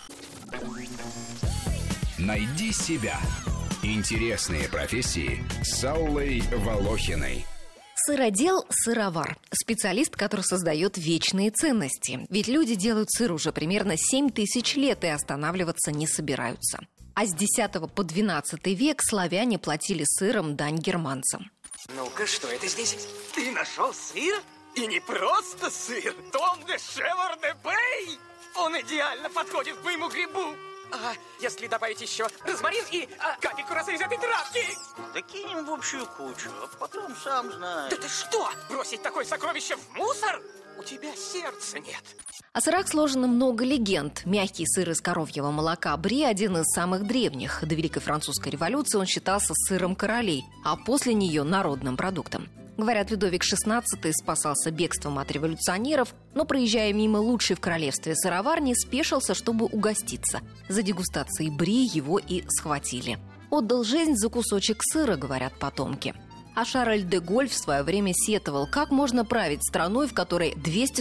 Найди себя. Интересные профессии с Аллой Волохиной. Сыродел-сыровар – специалист, который создает вечные ценности. Ведь люди делают сыр уже примерно 7 тысяч лет и останавливаться не собираются. А с X по XII век славяне платили сыром дань германцам. Ну-ка, что это здесь? Ты нашел сыр? И не просто сыр. Том де Шевар де Бэй! Он идеально подходит к моему грибу. А если добавить еще розмарин и капельку росы из этой травки? Да кинем в общую кучу, а потом сам знаешь. Да ты что, бросить такое сокровище в мусор? У тебя сердца нет. О сырах сложено много легенд. Мягкий сыр из коровьего молока бри – один из самых древних. До Великой Французской революции он считался сыром королей, а после нее – народным продуктом. Говорят, Людовик XVI спасался бегством от революционеров, но, проезжая мимо лучшей в королевстве сыроварни, спешился, чтобы угоститься. За дегустацией бри его и схватили. Отдал жизнь за кусочек сыра, говорят потомки. А Шарль де Голль в свое время сетовал, как можно править страной, в которой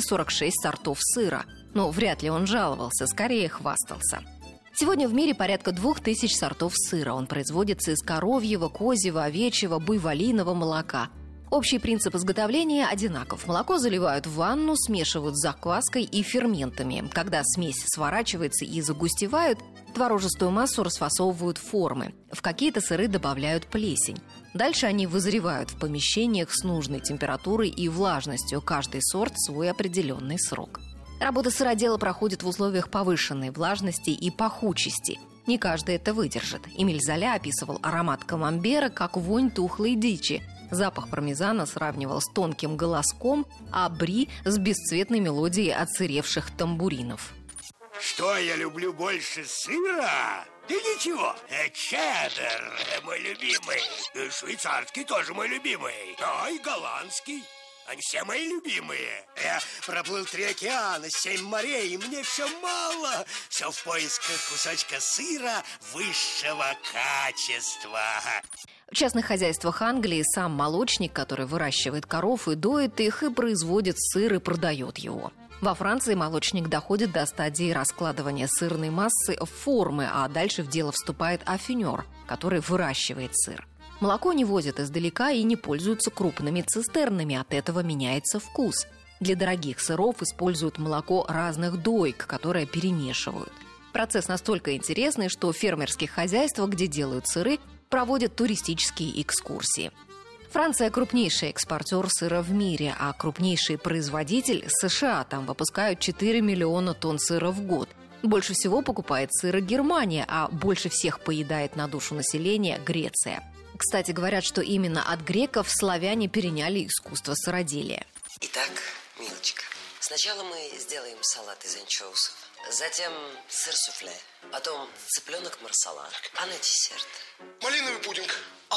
246 сортов сыра. Но вряд ли он жаловался, скорее хвастался. Сегодня в мире порядка 2000 сортов сыра. Он производится из коровьего, козьего, овечьего, буйволиного молока. Общий принцип изготовления одинаков. Молоко заливают в ванну, смешивают с закваской и ферментами. Когда смесь сворачивается и загустевает, творожистую массу расфасовывают в формы. В какие-то сыры добавляют плесень. Дальше они вызревают в помещениях с нужной температурой и влажностью. Каждый сорт свой определенный срок. Работа сыродела проходит в условиях повышенной влажности и пахучести. Не каждый это выдержит. Эмиль Золя описывал аромат камамбера как вонь тухлой дичи. Запах пармезана сравнивал с тонким голоском, а бри с бесцветной мелодией отсыревших тамбуринов. Что я люблю больше сыра? Да ничего, чеддер мой любимый, швейцарский тоже мой любимый, а и голландский. Они все мои любимые. Я проплыл 3 океана, 7 морей, и мне все мало. Все в поисках кусочка сыра высшего качества. В частных хозяйствах Англии сам молочник, который выращивает коров и доит их, и производит сыр и продает его. Во Франции молочник доходит до стадии раскладывания сырной массы в формы, а дальше в дело вступает афинер, который выращивает сыр. Молоко не возят издалека и не пользуются крупными цистернами, от этого меняется вкус. Для дорогих сыров используют молоко разных доек, которые перемешивают. Процесс настолько интересный, что в фермерских хозяйствах, где делают сыры, проводят туристические экскурсии. Франция – крупнейший экспортер сыра в мире, а крупнейший производитель – США. Там выпускают 4 миллиона тонн сыра в год. Больше всего покупает сыра Германия, а больше всех поедает на душу населения Греция. Кстати, говорят, что именно от греков славяне переняли искусство сыроделия. Итак, милочка, сначала мы сделаем салат из анчоусов, затем сыр-суфле, потом цыпленок марсалат, а на десерт Малиновый пудинг.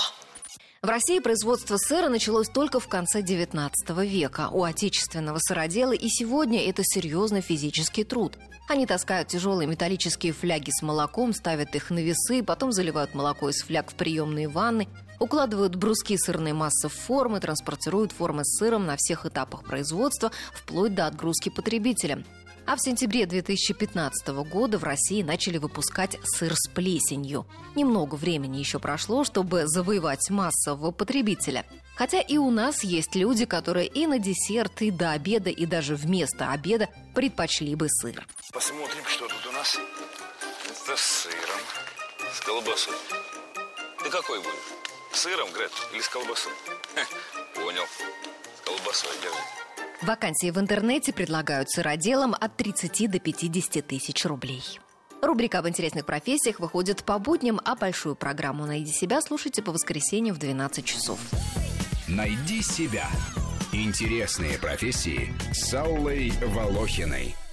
В России производство сыра началось только в конце XIX века. У отечественного сыродела и сегодня это серьезный физический труд. Они таскают тяжелые металлические фляги с молоком, ставят их на весы, потом заливают молоко из фляг в приемные ванны, укладывают бруски сырной массы в формы, транспортируют формы с сыром на всех этапах производства, вплоть до отгрузки потребителям. А в сентябре 2015 года в России начали выпускать сыр с плесенью. Немного времени еще прошло, чтобы завоевать массового потребителя. Хотя и у нас есть люди, которые и на десерт, и до обеда, и даже вместо обеда предпочли бы сыр. Посмотрим, что тут у нас. Это с сыром, с колбасой. Ты какой будешь? С сыром, Грет, или с колбасой? Понял. С колбасой держи. Вакансии в интернете предлагают сыроделам от 30 до 50 тысяч рублей. Рубрика об интересных профессиях выходит по будням, а большую программу «Найди себя» слушайте по воскресеньям в 12 часов. Найди себя. Интересные профессии с Аллой Волохиной.